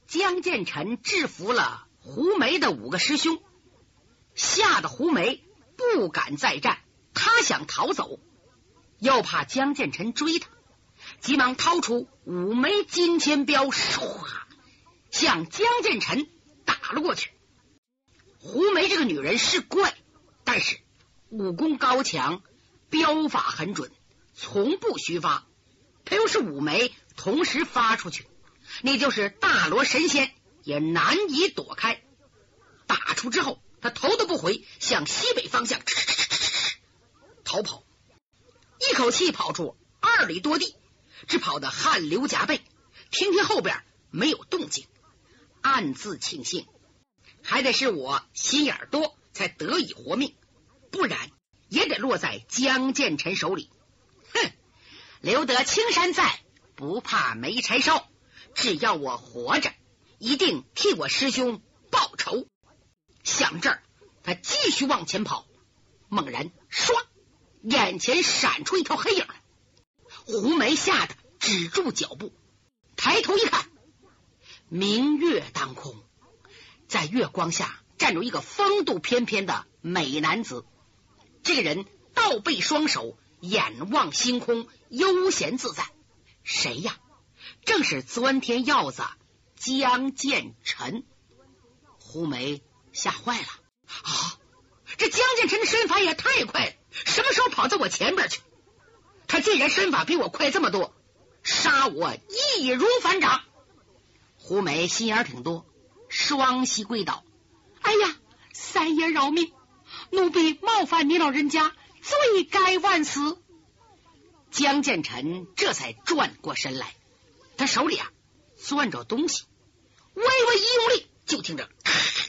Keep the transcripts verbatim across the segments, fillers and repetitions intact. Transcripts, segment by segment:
江建成制服了胡梅的五个师兄，吓得胡梅不敢再战，他想逃走，又怕江建成追他，急忙掏出五枚金钱镖，唰向江建成打了过去。胡梅这个女人是怪，但是武功高强，镖法很准，从不虚发。她又是五枚同时发出去，那就是大罗神仙也难以躲开。打出之后，他头都不回，向西北方向嗤嗤嗤嗤嗤逃跑，一口气跑出二里多地，只跑得汗流浃背，听听后边没有动静，暗自庆幸，还得是我心眼多才得以活命，不然也得落在江建成手里。哼，留得青山在，不怕没柴烧，只要我活着，一定替我师兄报仇。想这儿，他继续往前跑，猛然唰，眼前闪出一条黑影来。胡梅吓得止住脚步，抬头一看，明月当空，在月光下站着一个风度翩翩的美男子。这个人倒背双手，眼望星空，悠闲自在。谁呀？正是钻天鹞子江建成。胡梅吓坏了啊！这江建成的身法也太快了，什么时候跑到我前边去？他既然身法比我快这么多，杀我易如反掌。胡梅心眼挺多，双膝跪倒：“哎呀，三爷饶命！奴婢冒犯你老人家，罪该万死。”江建成这才转过身来，他手里啊攥着东西，微微一用力，就听着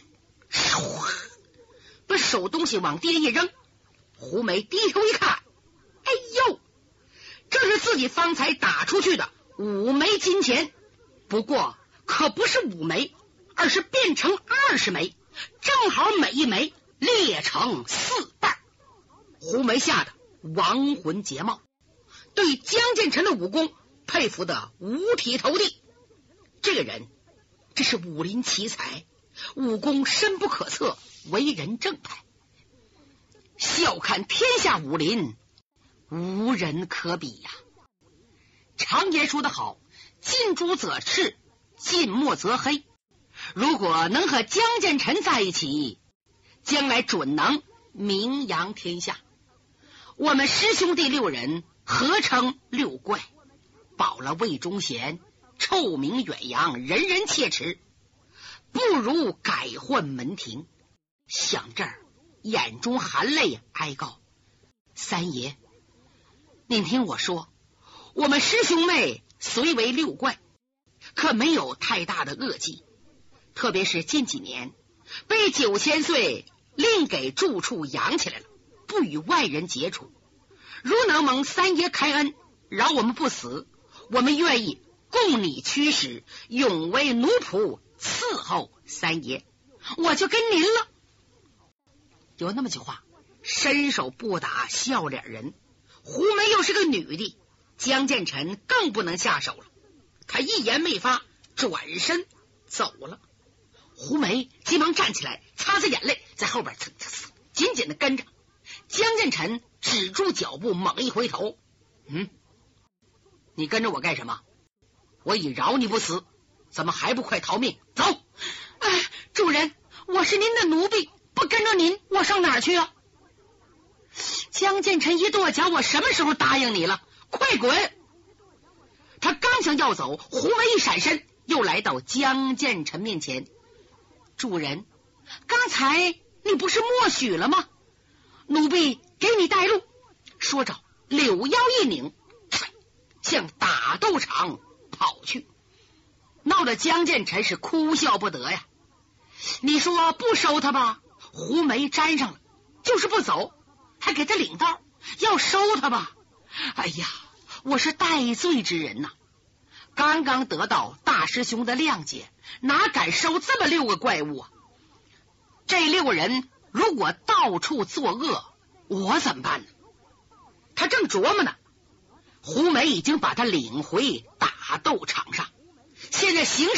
把手东西往地上一扔。胡梅低头一看，哎呦，这是自己方才打出去的五枚金钱，不过可不是五枚，而是变成二十枚，正好每一枚裂成四瓣。胡梅吓得亡魂皆冒，对江建成的武功佩服的五体投地。这个人这是武林奇才，武功深不可测，为人正派。笑看天下武林，无人可比呀。常言说得好，近朱者赤，近墨则黑。如果能和江建成在一起，将来准能名扬天下。我们师兄弟六人合称六怪，保了魏忠贤，臭名远扬，人人切齿，不如改换门庭。想这儿，眼中含泪哀告：“三爷，您听我说，我们师兄妹虽为六怪，可没有太大的恶迹，特别是近几年被九千岁另给住处养起来了，不与外人接触。如能蒙三爷开恩，饶我们不死，我们愿意供你驱使，永为奴仆伺候三爷，我就跟您了。”有那么句话，伸手不打笑脸人。胡梅又是个女的，江建成更不能下手了。他一言没发，转身走了。胡梅急忙站起来，擦着眼泪，在后边蹭蹭蹭紧紧的跟着。江建成止住脚步，猛一回头：“嗯，你跟着我干什么？我已饶你不死，怎么还不快逃命？走！”“哎，主人，我是您的奴婢，不跟着您，我上哪儿去啊？”江建成一跺脚：“我什么时候答应你了？快滚！”他刚想要走，胡梅一闪身，又来到江建成面前：“主人，刚才你不是默许了吗？奴婢给你带路。”说着柳腰一拧，向打斗场跑去，闹得江建成是哭笑不得呀。你说不收他吧，胡梅沾上了，就是不走，还给他领道；要收他吧，哎呀，我是戴罪之人呐、啊！刚刚得到大师兄的谅解，哪敢收这么六个怪物啊？这六个人如果到处作恶，我怎么办呢？他正琢磨呢，胡梅已经把他领回打斗场上，现在形势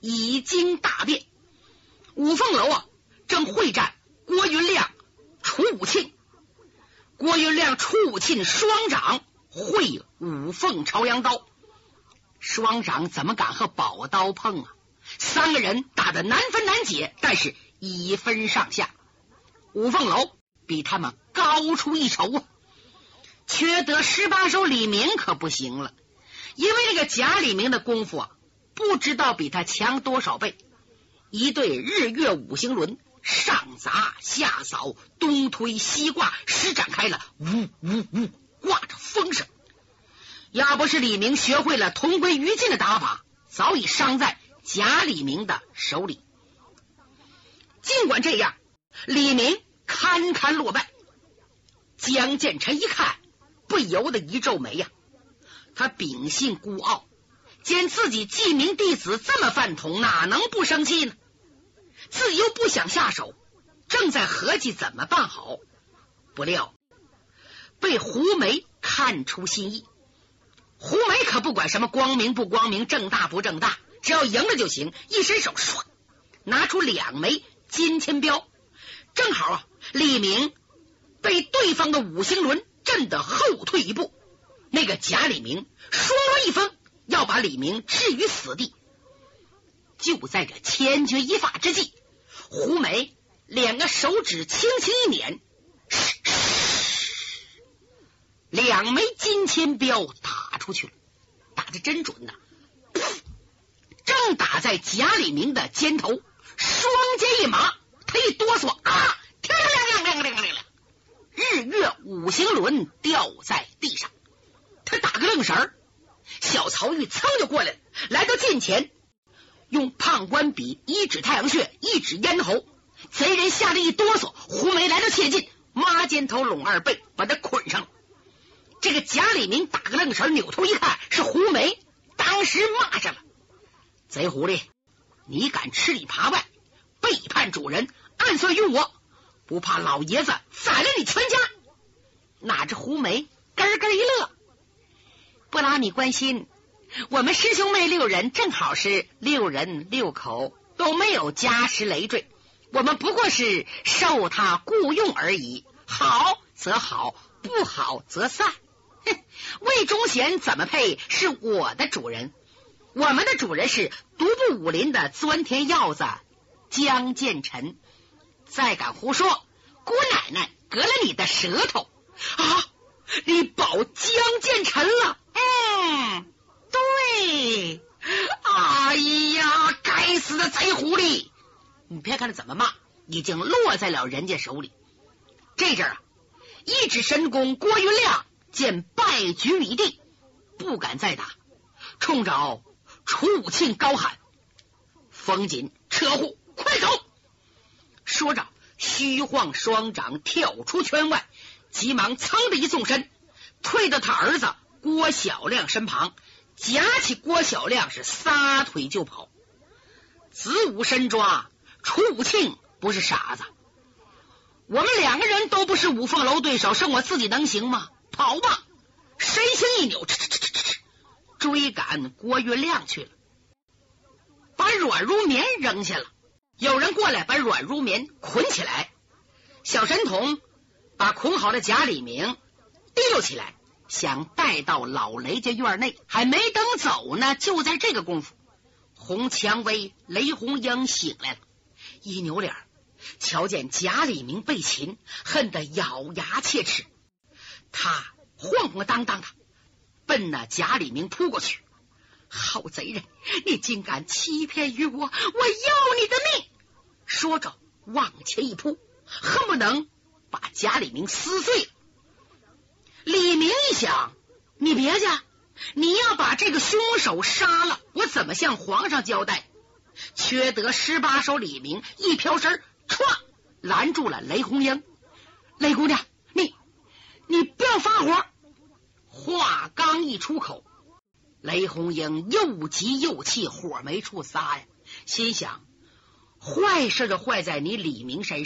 已经大变。五凤楼啊，正会战郭云亮、楚武庆。郭云亮、楚武庆双掌会五凤朝阳刀，双掌怎么敢和宝刀碰啊？三个人打得难分难解，但是一分上下。五凤楼比他们高出一筹啊！缺德十八手李明可不行了，因为这个贾李明的功夫啊，不知道比他强多少倍。一对日月五行轮上砸下扫，东推西挂，施展开了，呜呜呜，挂着风声。要不是李明学会了同归于尽的打法，早已伤在贾李明的手里。尽管这样，李明堪堪落败。江建成一看，不由得一皱眉呀、啊。他秉性孤傲，见自己记名弟子这么犯同，哪能不生气呢？自己又不想下手，正在合计怎么办好，不料被胡梅看出心意。胡梅可不管什么光明不光明，正大不正大，只要赢了就行。一伸手，唰，拿出两枚金钱镖。正好啊，李明被对方的五行轮震得后退一步，那个贾李明双轮一分，要把李明置于死地。就在这千钧一发之际，胡梅两个手指轻轻一捻，两枚金钱镖打出去了，打得真准呐、啊！正打在贾李明的肩头，双肩一麻，他一哆嗦啊，天亮亮亮亮亮亮，日月五行轮掉在地上。他打个愣神儿，小曹玉噌就过来了，来到近前，用判官笔一指太阳穴，一指咽喉。贼人吓得一哆嗦，胡梅来到切近，抹肩头拢二背，把他捆上了。这个贾李明打个愣神，扭头一看是胡梅，当时骂上了：贼狐狸，你敢吃里扒外，背叛主人，暗算于我，不怕老爷子宰了你全家？哪知胡梅咯咯一乐：不拉你关心，我们师兄妹六人正好是六人六口，都没有家室累赘，我们不过是受他雇用而已，好则好，不好则散。哼，魏忠贤怎么配是我的主人？我们的主人是独步武林的钻天鹞子江建成，再敢胡说，姑奶奶割了你的舌头啊！你保江建成了？嗯，对。哎呀，该死的贼狐狸！你别看他怎么骂，已经落在了人家手里。这阵啊，一指神功郭云亮见败局已定，不敢再打，冲着楚武庆高喊：风紧车户，快走！说着虚晃双掌跳出圈外，急忙噌的一纵身，退到他儿子郭小亮身旁，夹起郭小亮是撒腿就跑。子午身抓，楚武庆不是傻子，我们两个人都不是五凤楼对手，剩我自己能行吗？跑吧！身形一扭，哧哧哧哧哧，追赶郭云亮去了，把阮如棉扔下了。有人过来把阮如棉捆起来，小神童把捆好的贾李明提溜起来，想带到老雷家院内。还没等走呢，就在这个功夫，红蔷薇雷红英醒来了，一扭脸，瞧见贾李明被擒，恨得咬牙切齿。他晃晃荡荡的奔那贾李明扑过去。好贼人，你竟敢欺骗于我，我要你的命！说着往前一扑，恨不能把贾李明撕碎了。李明一想，你别介，你要把这个凶手杀了，我怎么向皇上交代？缺德十八手李明一飘身，唰拦住了雷红英。雷姑娘，你你不要发火！话刚一出口，雷红英又急又气，火没处撒呀，心想坏事就坏在你李明身上，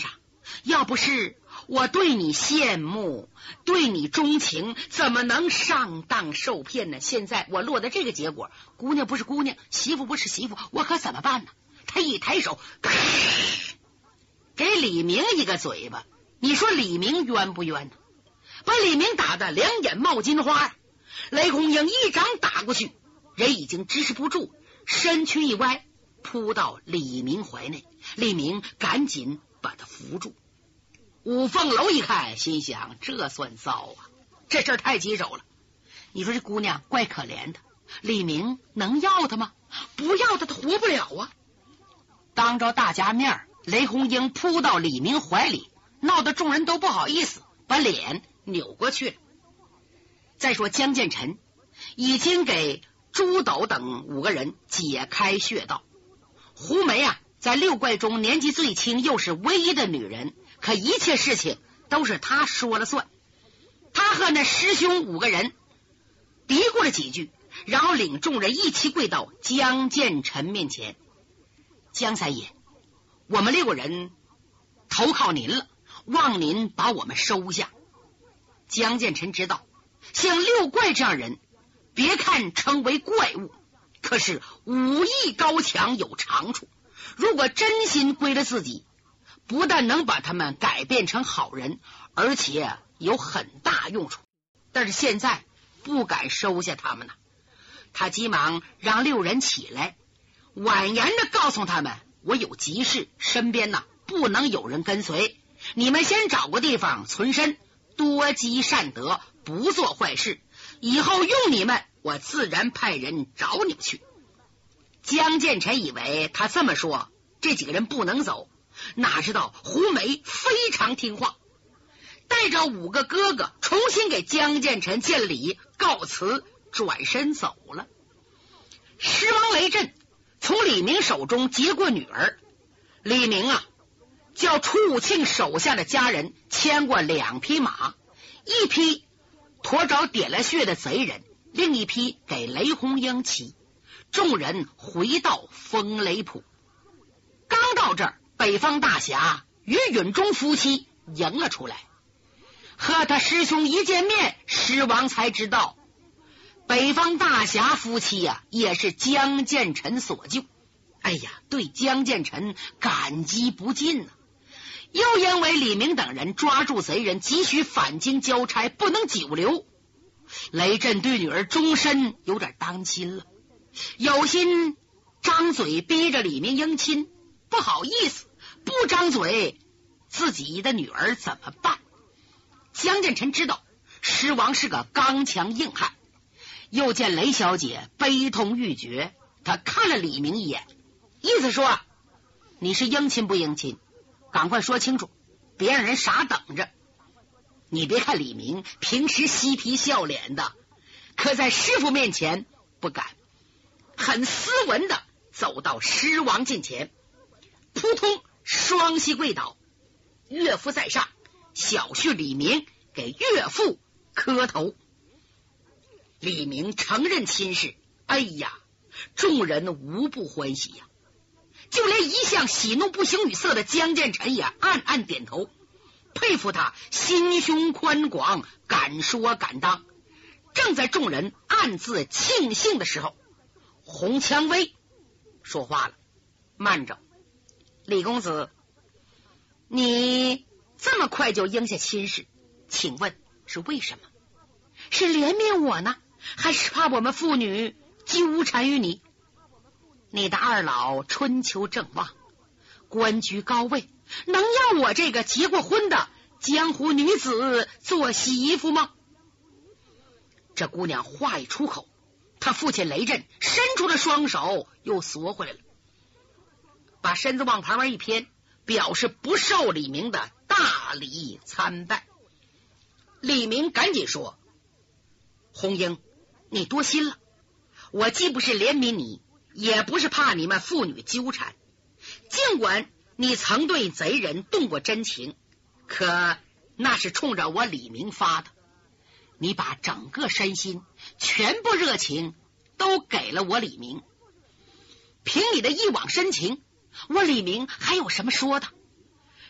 要不是我对你羡慕，对你钟情，怎么能上当受骗呢？现在我落得这个结果，姑娘不是姑娘，媳妇不是媳妇，我可怎么办呢？他一抬手，给李明一个嘴巴。你说李明冤不冤呢？把李明打得两眼冒金花。雷红英一掌打过去，人已经支持不住，身躯一歪，扑到李明怀内。李明赶紧把他扶住。五凤楼一看，心想这算糟啊，这事儿太棘手了。你说这姑娘怪可怜的，李明能要她吗？不要她，她活不了啊。当着大家面，雷红英扑到李明怀里，闹得众人都不好意思，把脸扭过去了。再说江建成已经给朱斗等五个人解开穴道。胡梅啊，在六怪中年纪最轻，又是唯一的女人，可一切事情都是她说了算。她和那师兄五个人嘀咕了几句，然后领众人一起跪到江建成面前。江三爷，我们六个人投靠您了，望您把我们收下。江建成知道，像六怪这样人，别看成为怪物，可是武艺高强，有长处。如果真心归了自己，不但能把他们改变成好人，而且有很大用处。但是现在不敢收下他们呢。他急忙让六人起来，婉言的告诉他们，我有急事，身边呢不能有人跟随，你们先找个地方存身，多积善德，不做坏事，以后用你们，我自然派人找你们去。江建成以为他这么说，这几个人不能走，哪知道胡梅非常听话，带着五个哥哥重新给江建成见礼，告辞，转身走了。狮王雷震从李明手中接过女儿，李明啊，叫楚武庆手下的家人牵过两匹马，一匹驮着点了穴的贼人，另一匹给雷红英骑。众人回到风雷浦，刚到这儿，北方大侠于允中夫妻迎了出来。和他师兄一见面，狮王才知道北方大侠夫妻呀、啊，也是江建成所救。哎呀，对江建成感激不尽啊！又因为李明等人抓住贼人，急需返京交差，不能久留。雷震对女儿终身有点担心了，有心张嘴逼着李明迎亲，不好意思，不张嘴，自己的女儿怎么办？江建成知道狮王是个刚强硬汉，又见雷小姐悲痛欲绝，他看了李明一眼，意思说，你是迎亲不迎亲，赶快说清楚，别让人傻等着。你别看李明平时嬉皮笑脸的，可在师傅面前不敢，很斯文的走到狮王近前，扑通双膝跪倒，岳父在上，小婿李明给岳父磕头。李明承认亲事，哎呀，众人无不欢喜呀、啊，就连一向喜怒不形于色的江建成也暗暗点头，佩服他心胸宽广，敢说敢当。正在众人暗自庆幸的时候，洪蔷薇说话了，慢着，李公子，你这么快就应下亲事，请问是为什么？是怜悯我呢，还是怕我们父女纠缠于你？你的二老春秋正旺，官居高位，能要我这个结过婚的江湖女子做媳妇吗？这姑娘话一出口，她父亲雷震伸出了双手，又缩回来了，把身子往旁边一偏，表示不受李明的大礼参拜。李明赶紧说，红英，你多心了，我既不是怜悯你，也不是怕你们父女纠缠，尽管你曾对贼人动过真情，可那是冲着我李明发的，你把整个身心全部热情都给了我李明，凭你的一往深情，我李明还有什么说的？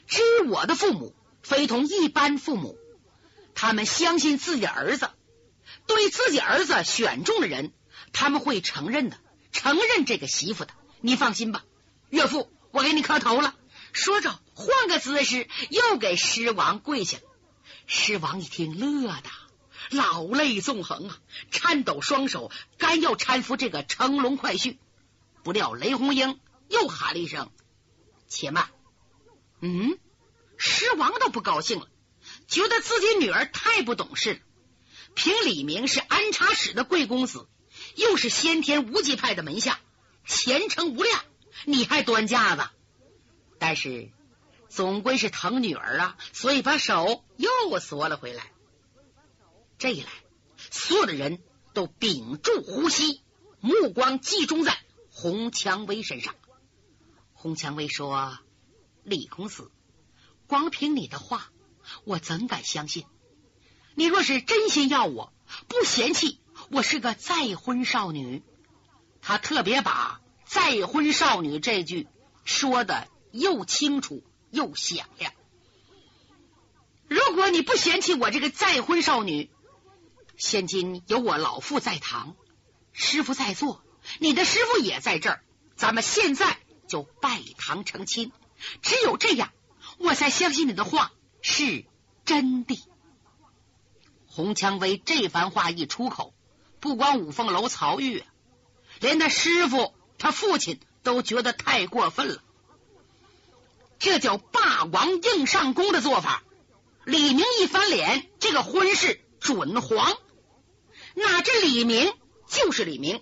至于我的父母，非同一般父母，他们相信自己的儿子，对自己儿子选中的人，他们会承认的，承认这个媳妇的。你放心吧，岳父，我给你磕头了。说着换个姿势，又给狮王跪下。狮王一听，乐的老泪纵横啊，颤抖双手，干要搀扶这个乘龙快婿。不料雷红英又喊了一声：“且慢！”嗯，狮王都不高兴了，觉得自己女儿太不懂事了。凭李明是安察使的贵公子，又是先天无极派的门下，前程无量，你还端架子？但是总归是疼女儿啊，所以把手又缩了回来。这一来，所有的人都屏住呼吸，目光集中在洪蔷薇身上。洪蔷薇说：“李公子，光凭你的话，我怎敢相信？你若是真心要我，不嫌弃我是个再婚少女。”他特别把再婚少女这句说的又清楚又响亮。如果你不嫌弃我这个再婚少女，现今有我老父在堂，师傅在座，你的师傅也在这儿，咱们现在就拜堂成亲，只有这样我才相信你的话是真的。洪蔷薇这番话一出口，不光五凤楼曹玉，连他师傅他父亲都觉得太过分了。这叫霸王硬上弓的做法。李明一翻脸，这个婚事准黄。那这李明就是李明。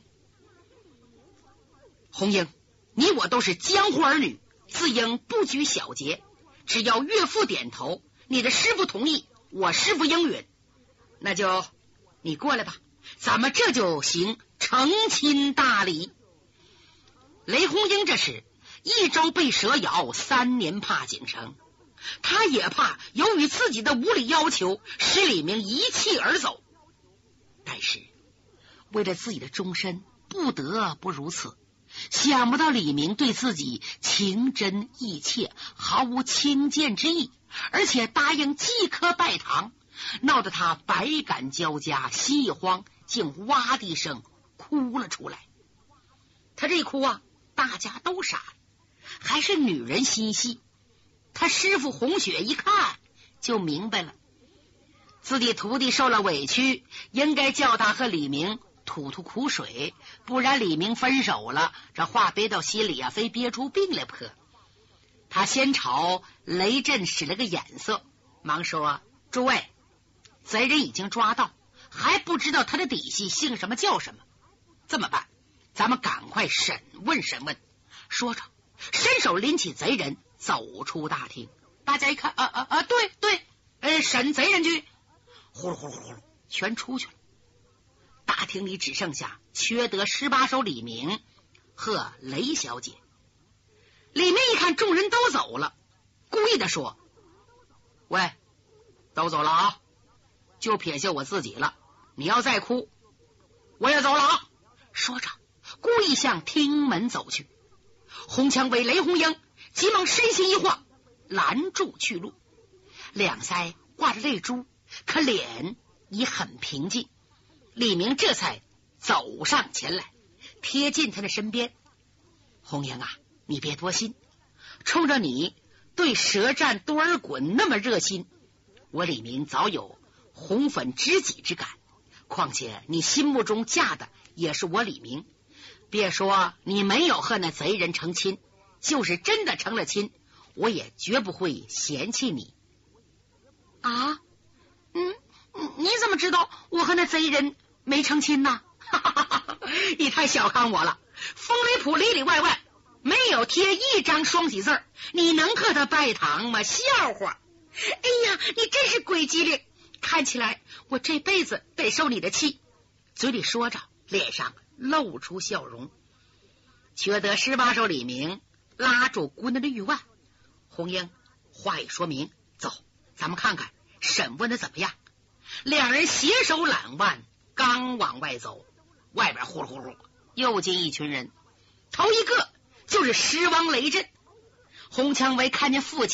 红英，你我都是江湖儿女，自应不拘小节，只要岳父点头，你的师傅同意，我师傅应允，那就你过来吧，咱们这就行成亲大礼。雷红英这时一朝被蛇咬，三年怕井绳，他也怕由于自己的无理要求使李明一气而走，但是为了自己的终身，不得不如此。想不到李明对自己情真意切，毫无轻贱之意，而且答应即刻拜堂，闹得他百感交加，心一慌，竟哇的一声哭了出来。他这一哭啊，大家都傻了，还是女人心细。他师傅红雪一看就明白了，自己徒弟受了委屈，应该叫他和李明吐吐苦水，不然李明分手了，这话憋到心里啊，非憋出病来不可。他先朝雷震使了个眼色，忙说：“诸位，贼人已经抓到，还不知道他的底细姓什么叫什么，这么办？咱们赶快审问审问。”说着伸手拎起贼人走出大厅。大家一看，啊啊啊，对对，呃，审贼人去，呼噜呼噜呼噜全出去了。大厅里只剩下缺德十八手李明和雷小姐。李明一看众人都走了，故意的说：“喂，都走了啊，就撇下我自己了，你要再哭我也走了啊。”说着故意向厅门走去。洪蔷薇、雷红英急忙身形一晃，拦住去路，两腮挂着泪珠，可脸已很平静。李明这才走上前来，贴近他的身边：“红英啊，你别多心，冲着你对舌战多尔衮那么热心，我李明早有红粉知己之感。况且你心目中嫁的也是我李明，别说你没有和那贼人成亲，就是真的成了亲，我也绝不会嫌弃你。”啊，嗯，你怎么知道我和那贼人没成亲呢？哈哈哈哈，你太小看我了，风雷浦里里外外没有贴一张双喜字，你能和他拜堂吗？笑话！哎呀，你真是鬼机灵，看起来我这辈子得受你的气。嘴里说着，脸上露出笑容。缺德十八手李明拉住姑娘的玉腕：“红英，话已说明，走，咱们看看审问的怎么样。”两人携手揽腕，刚往外走，外边呼噜呼噜又进一群人，头一个就是狮王雷震。洪蔷薇看见父亲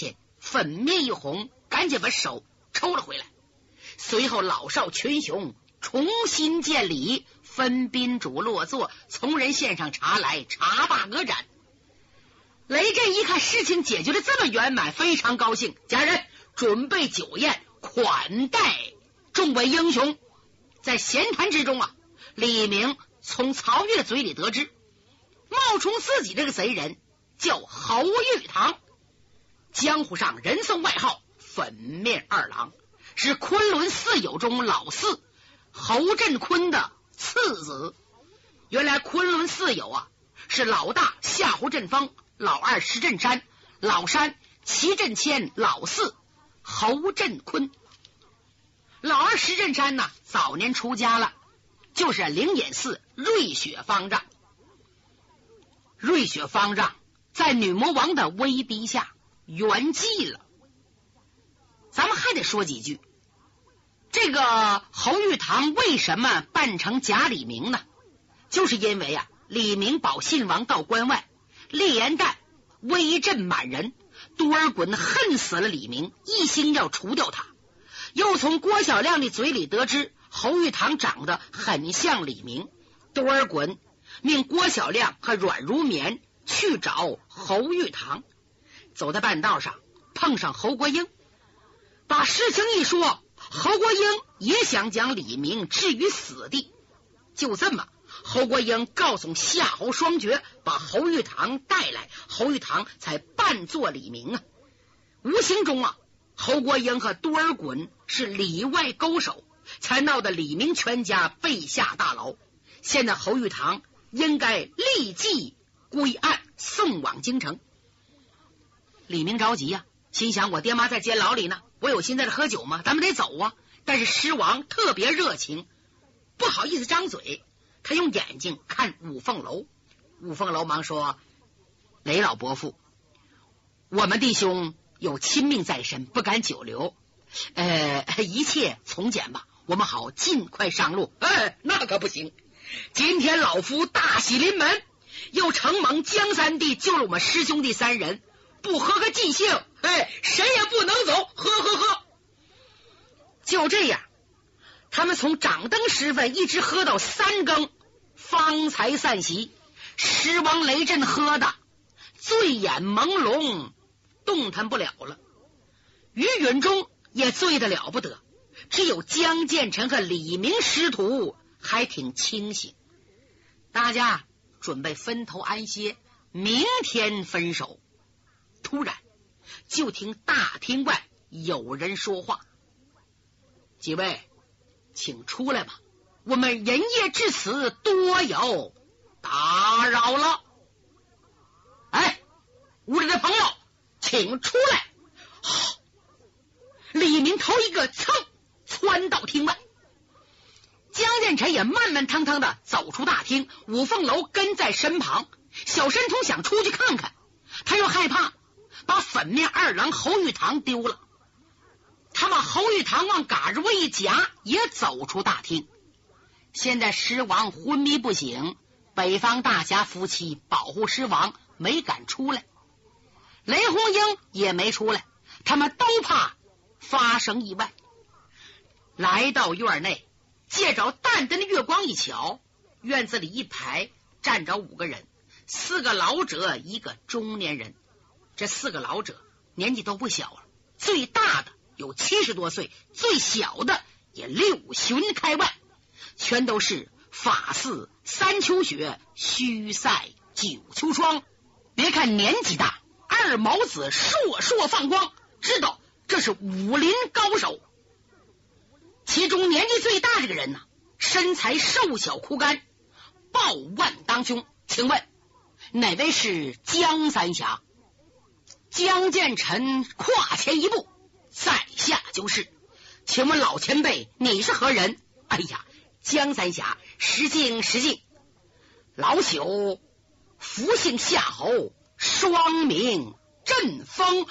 粉面一红，赶紧把手抽了回来。随后老少群雄重新建礼，分宾主落座，从人献上茶来，茶罢歌盏。雷震一看事情解决的这么圆满，非常高兴，家人准备酒宴款待众位英雄。在闲谈之中啊，李明从曹玉的嘴里得知，冒充自己这个贼人叫侯玉堂，江湖上人送外号粉面二郎，是昆仑四友中老四侯振坤的次子。原来昆仑四友啊，是老大夏侯振峰，老二石振山，老三齐振谦，老四侯振坤。老二石振山呢，早年出家了，就是灵隐寺瑞雪方丈。瑞雪方丈在女魔王的威逼下圆寂了。咱们还得说几句，这个侯玉堂为什么扮成假李明呢？就是因为啊，李明保信王到关外，烈焰弹威震满人，多尔衮恨死了李明，一心要除掉他。又从郭小亮的嘴里得知侯玉堂长得很像李明，多尔衮命郭小亮和阮如绵去找侯玉堂。走在半道上碰上侯国英，把事情一说，侯国英也想将李明置于死地。就这么，侯国英告诉夏侯双绝把侯玉堂带来，侯玉堂才扮作李明啊。无形中啊，侯国英和多尔衮是里外勾手，才闹得李明全家被下大牢。现在侯玉堂应该立即归案，送往京城。李明着急呀、啊，心想我爹妈在监牢里呢，我有心在这喝酒吗？咱们得走啊。但是狮王特别热情，不好意思张嘴，他用眼睛看五凤楼。五凤楼忙说：雷老伯父，我们弟兄有亲命在身，不敢久留，呃，一切从简吧，我们好尽快上路。哎，那可不行，今天老夫大喜临门，又承蒙江三弟救了我们师兄弟三人，不喝个尽兴，哎，谁也不能走，喝喝喝。就这样，他们从掌灯时分一直喝到三更，方才散席。狮王雷震喝的醉眼朦胧，动弹不了了。于允中也醉得了不得，只有江建成和李明师徒还挺清醒。大家准备分头安歇，明天分手。突然就听大厅外有人说话：几位请出来吧，我们人夜至此，多有打扰了。哎，屋里的朋友请出来。好，李明头一个蹭窜到厅外，江建成也慢慢腾腾的走出大厅，五凤楼跟在身旁。小神童想出去看看，他又害怕把粉面二郎侯玉堂丢了，他把侯玉堂往嘎子窝一夹，也走出大厅。现在狮王昏迷不醒，北方大侠夫妻保护狮王，没敢出来。雷红英也没出来，他们都怕发生意外。来到院内，借着淡淡的月光一瞧，院子里一排站着五个人，四个老者，一个中年人。这四个老者年纪都不小了，最大的有七十多岁，最小的也六旬开外，全都是发似三秋雪，须赛九秋霜。别看年纪大，二毛子烁烁放光，知道这是武林高手。其中年纪最大这个人呢，身材瘦小枯干，抱腕当胸。请问哪位是江三侠？江建成跨前一步，在下就是。请问老前辈，你是何人？哎呀，江三侠，失敬失敬，老朽福姓夏侯，双名振锋。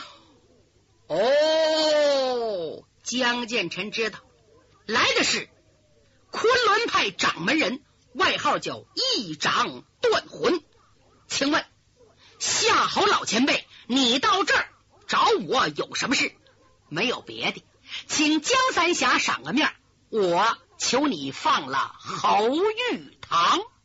哦，江建成知道来的是昆仑派掌门人，外号叫一掌断魂。请问夏侯老前辈，你到这儿找我有什么事？没有别的，请江三侠赏个面，我求你放了侯玉堂。